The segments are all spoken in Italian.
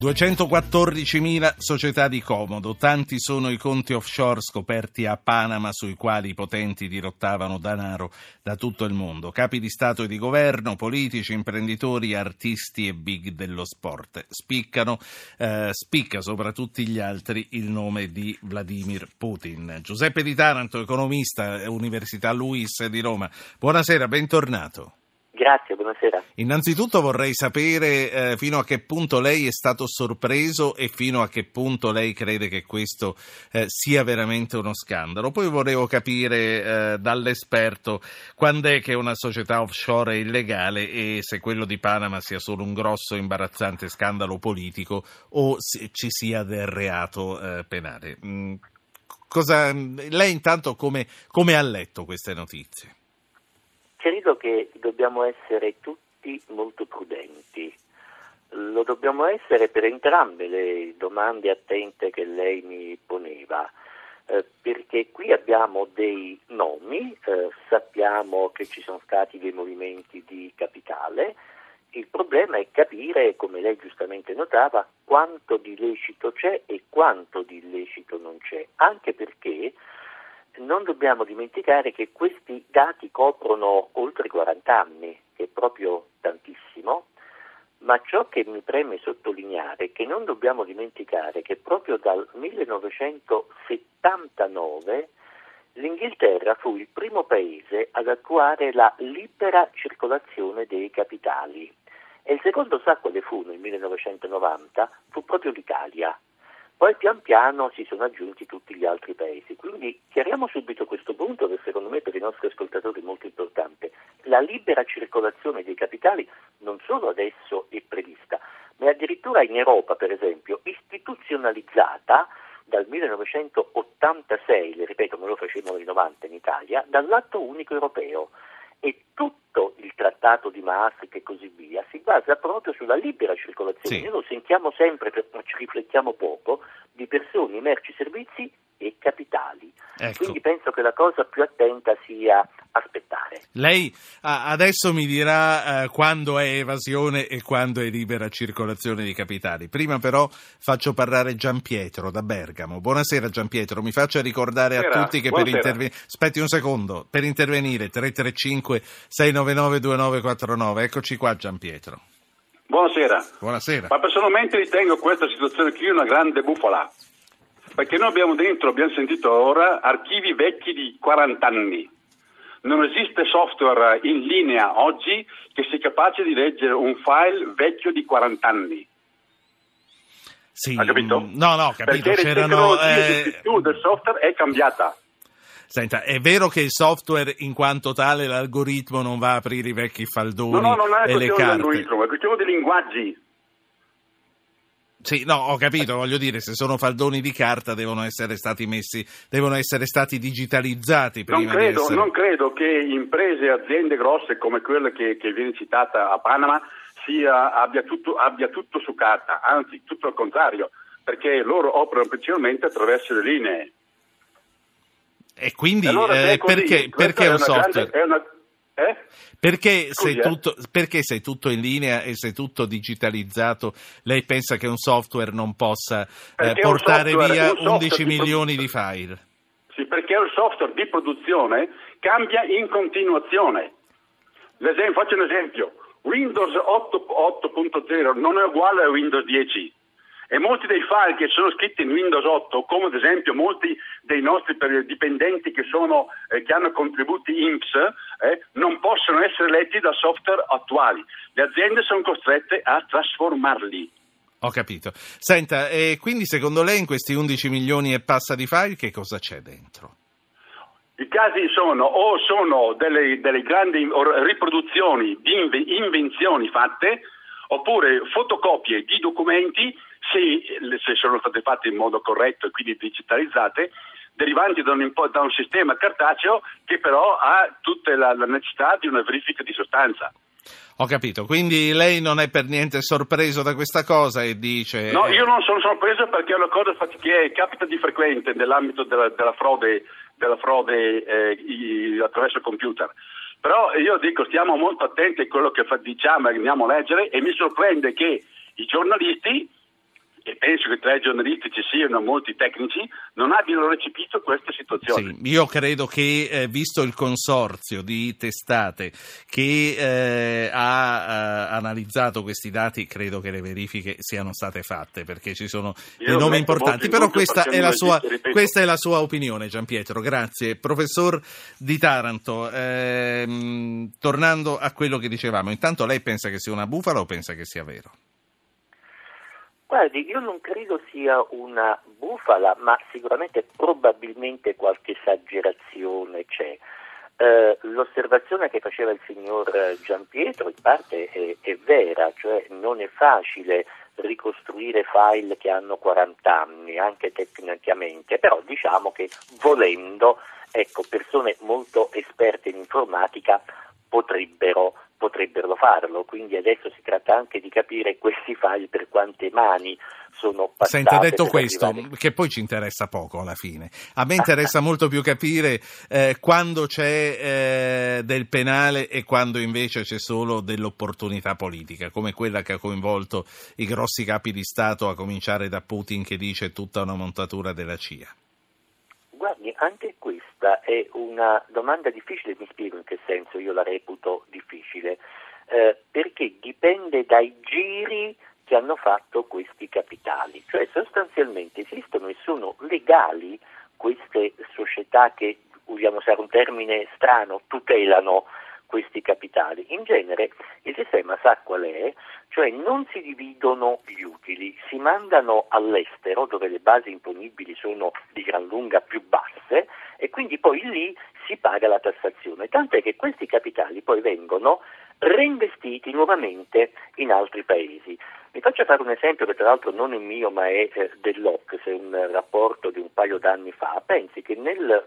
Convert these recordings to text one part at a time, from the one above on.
214.000 società di comodo, tanti sono i conti offshore scoperti a Panama sui quali i potenti dirottavano denaro da tutto il mondo. Capi di Stato e di governo, politici, imprenditori, artisti e big dello sport. Spicca sopra tutti gli altri il nome di Vladimir Putin. Giuseppe Di Taranto, economista, Università Luis di Roma. Buonasera, bentornato. Grazie, buonasera. Innanzitutto vorrei sapere fino a che punto lei è stato sorpreso e fino a che punto lei crede che questo sia veramente uno scandalo. Poi volevo capire dall'esperto quando è che una società offshore è illegale e se quello di Panama sia solo un grosso imbarazzante scandalo politico o se ci sia del reato penale. Lei intanto come ha letto queste notizie? Credo che dobbiamo essere tutti molto prudenti. Lo dobbiamo essere per entrambe le domande attente che lei mi poneva, perché qui abbiamo dei nomi, sappiamo che ci sono stati dei movimenti di capitale. Il problema è capire, come lei giustamente notava, quanto di illecito c'è e quanto di illecito non c'è, anche perché non dobbiamo dimenticare che questi dati coprono oltre 40 anni, che è proprio tantissimo, ma ciò che mi preme sottolineare è che non dobbiamo dimenticare che proprio dal 1979 l'Inghilterra fu il primo paese ad attuare la libera circolazione dei capitali e il secondo sa quale fu nel 1990? Fu proprio l'Italia. Poi pian piano si sono aggiunti tutti gli altri paesi, quindi chiariamo subito questo punto che secondo me per i nostri ascoltatori è molto importante. La libera circolazione dei capitali non solo adesso è prevista, ma è addirittura in Europa, per esempio, istituzionalizzata dal 1986, le ripeto, me lo facevano nel 90 in Italia, dall'atto unico europeo. E tutto il trattato di Maastricht e così via si basa proprio sulla libera circolazione. Sì. Noi lo sentiamo sempre, ma ci riflettiamo poco, di persone, merci, servizi e capitali. Ecco. Quindi penso che la cosa più attenta sia aspettare. Lei adesso mi dirà quando è evasione e quando è libera circolazione di capitali. Prima però faccio parlare Gianpietro da Bergamo. Buonasera Gianpietro, mi faccia ricordare a tutti che per intervenire... Aspetti un secondo, per intervenire 335-699-2949. Eccoci qua Gianpietro. Buonasera. Buonasera. Ma personalmente ritengo questa situazione qui una grande bufala, perché noi abbiamo sentito ora, archivi vecchi di 40 anni. Non esiste software in linea oggi che sia capace di leggere un file vecchio di 40 anni. Sì, ha capito? No, ho capito. Perché la tecnologia del software è cambiata. Senta, è vero che il software in quanto tale, l'algoritmo non va a aprire i vecchi faldoni non è e le questione carte. di algoritmo, è questione di linguaggi. Sì, no, ho capito, voglio dire, se sono faldoni di carta devono essere stati digitalizzati prima di essere... Non credo che imprese e aziende grosse come quella che viene citata a Panama abbia tutto su carta, anzi tutto al contrario, perché loro operano principalmente attraverso le linee. E quindi allora, perché un software? Perché Scusi, se tutto in linea e se tutto digitalizzato, lei pensa che un software non possa portare via 11 milioni di file? Sì, perché il software di produzione cambia in continuazione. Faccio un esempio. Windows 8.0 non è uguale a Windows 10. E molti dei file che sono scritti in Windows 8, come ad esempio molti dei nostri dipendenti che hanno contributi INPS, non possono essere letti da software attuali. Le aziende sono costrette a trasformarli. Ho capito. Senta, quindi secondo lei in questi 11 milioni e passa di file che cosa c'è dentro? I casi sono delle grandi riproduzioni di invenzioni fatte, oppure fotocopie di documenti, se sono state fatte in modo corretto e quindi digitalizzate, derivanti da un sistema cartaceo che però ha tutta la necessità di una verifica di sostanza. Ho capito, quindi lei non è per niente sorpreso da questa cosa e dice... No, io non sono sorpreso perché è una cosa che capita di frequente nell'ambito della frode attraverso il computer. Però io dico, stiamo molto attenti a quello che diciamo e andiamo a leggere, e mi sorprende che i giornalisti tre giornalistici siano molti tecnici, non abbiano recepito questa situazione. Sì, io credo che, visto il consorzio di testate che ha analizzato questi dati, credo che le verifiche siano state fatte, perché ci sono dei nomi importanti, però questa è la sua opinione, Gianpietro, grazie. Professor Di Taranto, tornando a quello che dicevamo, intanto lei pensa che sia una bufala o pensa che sia vero? Guardi, io non credo sia una bufala, ma sicuramente probabilmente qualche esagerazione c'è. L'osservazione che faceva il signor Gianpietro in parte è vera, cioè non è facile ricostruire file che hanno 40 anni, anche tecnicamente, però diciamo che volendo, persone molto esperte in informatica potrebbero farlo, quindi adesso si tratta anche di capire questi file per quante mani sono passate. Senta, detto questo, che poi ci interessa poco alla fine, a me interessa molto più capire quando c'è del penale e quando invece c'è solo dell'opportunità politica, come quella che ha coinvolto i grossi capi di Stato, a cominciare da Putin, che dice tutta una montatura della CIA. Guardi, anche questa è una domanda difficile, mi spiego in che senso io la reputo difficile, perché dipende dai giri che hanno fatto questi capitali, cioè sostanzialmente esistono e sono legali queste società che, vogliamo usare un termine strano, tutelano questi capitali. In genere il sistema sa qual è, cioè non si dividono gli utili, si mandano all'estero dove le basi imponibili sono di gran lunga più basse e quindi poi lì si paga la tassazione, tant'è che questi capitali poi vengono reinvestiti nuovamente in altri paesi. Vi faccio fare un esempio che tra l'altro non è mio ma è dell'Ocse, è un rapporto di un paio d'anni fa. Pensi che nel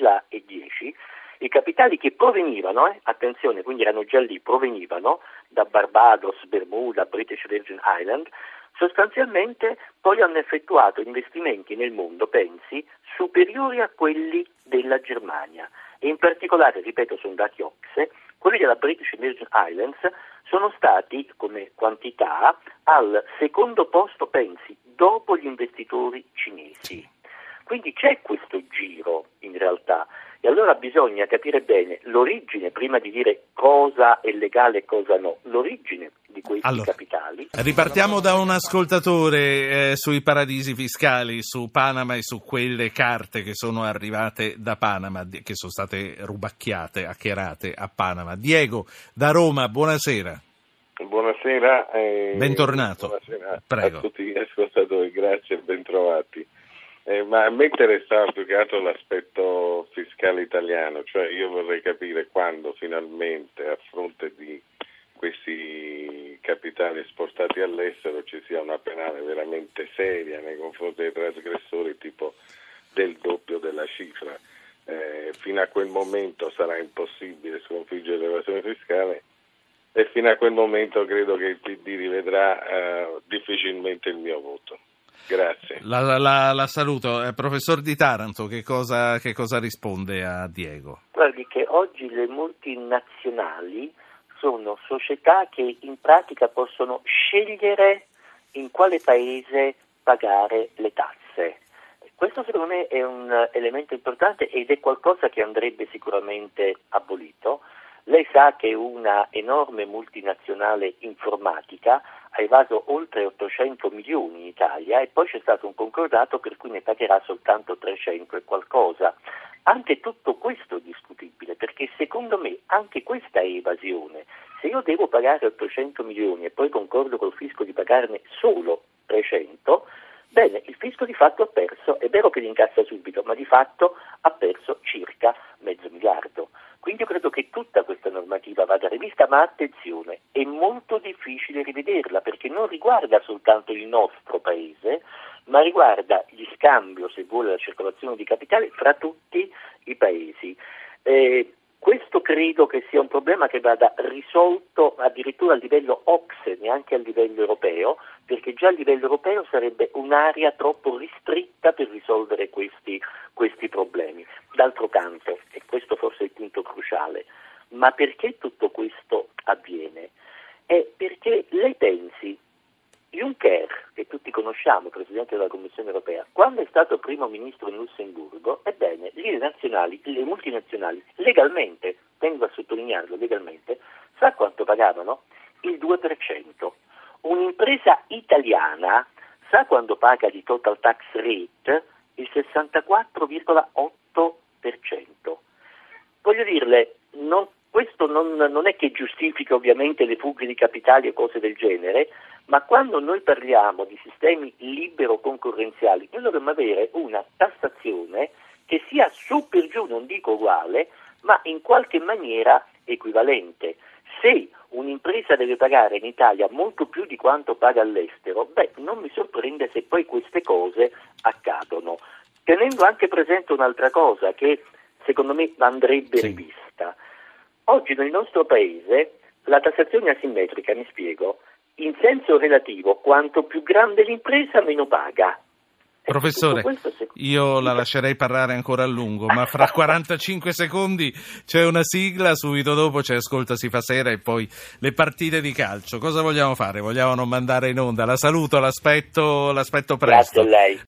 2010 i capitali che provenivano, attenzione, quindi erano già lì, provenivano da Barbados, Bermuda, British Virgin Island, sostanzialmente poi hanno effettuato investimenti nel mondo, pensi, superiori a quelli della Germania. E in particolare, ripeto, sono dati Ocse, quelli della British Virgin Islands sono stati, come quantità, al secondo posto, pensi, dopo gli investitori cinesi. Quindi c'è questo giro in realtà e allora bisogna capire bene l'origine, prima di dire cosa è legale e cosa no, l'origine di questi capitali. Ripartiamo da un ascoltatore sui paradisi fiscali, su Panama e su quelle carte che sono arrivate da Panama, che sono state rubacchiate, hackerate a Panama. Diego da Roma, buonasera. Buonasera. Bentornato. Buonasera. Prego. A tutti gli ascoltatori, grazie e bentrovati. Ma a me interessava più che altro l'aspetto fiscale italiano, cioè io vorrei capire quando finalmente a fronte di questi capitali esportati all'estero ci sia una penale veramente seria nei confronti dei trasgressori, tipo del doppio della cifra. Fino a quel momento sarà impossibile sconfiggere l'evasione fiscale e fino a quel momento credo che il PD rivedrà difficilmente il mio voto. Grazie. La saluto. Professor Di Taranto, che cosa risponde a Diego? Guardi che oggi le multinazionali sono società che in pratica possono scegliere in quale paese pagare le tasse. Questo secondo me è un elemento importante ed è qualcosa che andrebbe sicuramente abolito. Lei sa che una enorme multinazionale informatica ha evaso oltre 800 milioni in Italia e poi c'è stato un concordato per cui ne pagherà soltanto 300 e qualcosa. Anche tutto questo è discutibile perché secondo me anche questa è evasione. Se io devo pagare 800 milioni e poi concordo col fisco di pagarne solo 300, bene, il fisco di fatto ha perso, è vero che li incassa subito, ma di fatto ha perso circa $500 milioni. Quindi io credo che tutta questa normativa vada rivista, ma attenzione, è molto difficile rivederla perché non riguarda soltanto il nostro paese, ma riguarda gli scambio, se vuole, la circolazione di capitali fra tutti i paesi. Questo credo che sia un problema che vada risolto addirittura a livello OCSE, neanche a livello europeo, perché già a livello europeo sarebbe un'area troppo ristretta per risolvere questi problemi. D'altro canto, e questo forse è il punto cruciale, ma perché tutto questo avviene? È perché lei pensi, Juncker, che tutti conosciamo, Presidente della Commissione Europea, quando è stato primo ministro in Lussemburgo, ebbene, lì le multinazionali, legalmente, tengo a sottolinearlo, legalmente, sa quanto pagavano? Il 2%. Un'impresa italiana sa quando paga di total tax rate? Il 64,8%. Voglio dirle, questo non è che giustifica ovviamente le fughe di capitali o cose del genere, ma quando noi parliamo di sistemi libero-concorrenziali, noi dovremmo avere una tassazione che sia su per giù, non dico uguale, ma in qualche maniera equivalente. Se un'impresa deve pagare in Italia molto più di quanto paga all'estero, non mi sorprende se poi queste cose accadono. Tenendo anche presente un'altra cosa che secondo me andrebbe rivista. Oggi nel nostro paese la tassazione asimmetrica, mi spiego, in senso relativo, quanto più grande l'impresa meno paga. Professore, io la lascerei parlare ancora a lungo, ma fra 45 secondi c'è una sigla, subito dopo c'è Ascolta si fa sera e poi le partite di calcio. Cosa vogliamo fare? Vogliamo non mandare in onda? La saluto, l'aspetto presto. Grazie a lei.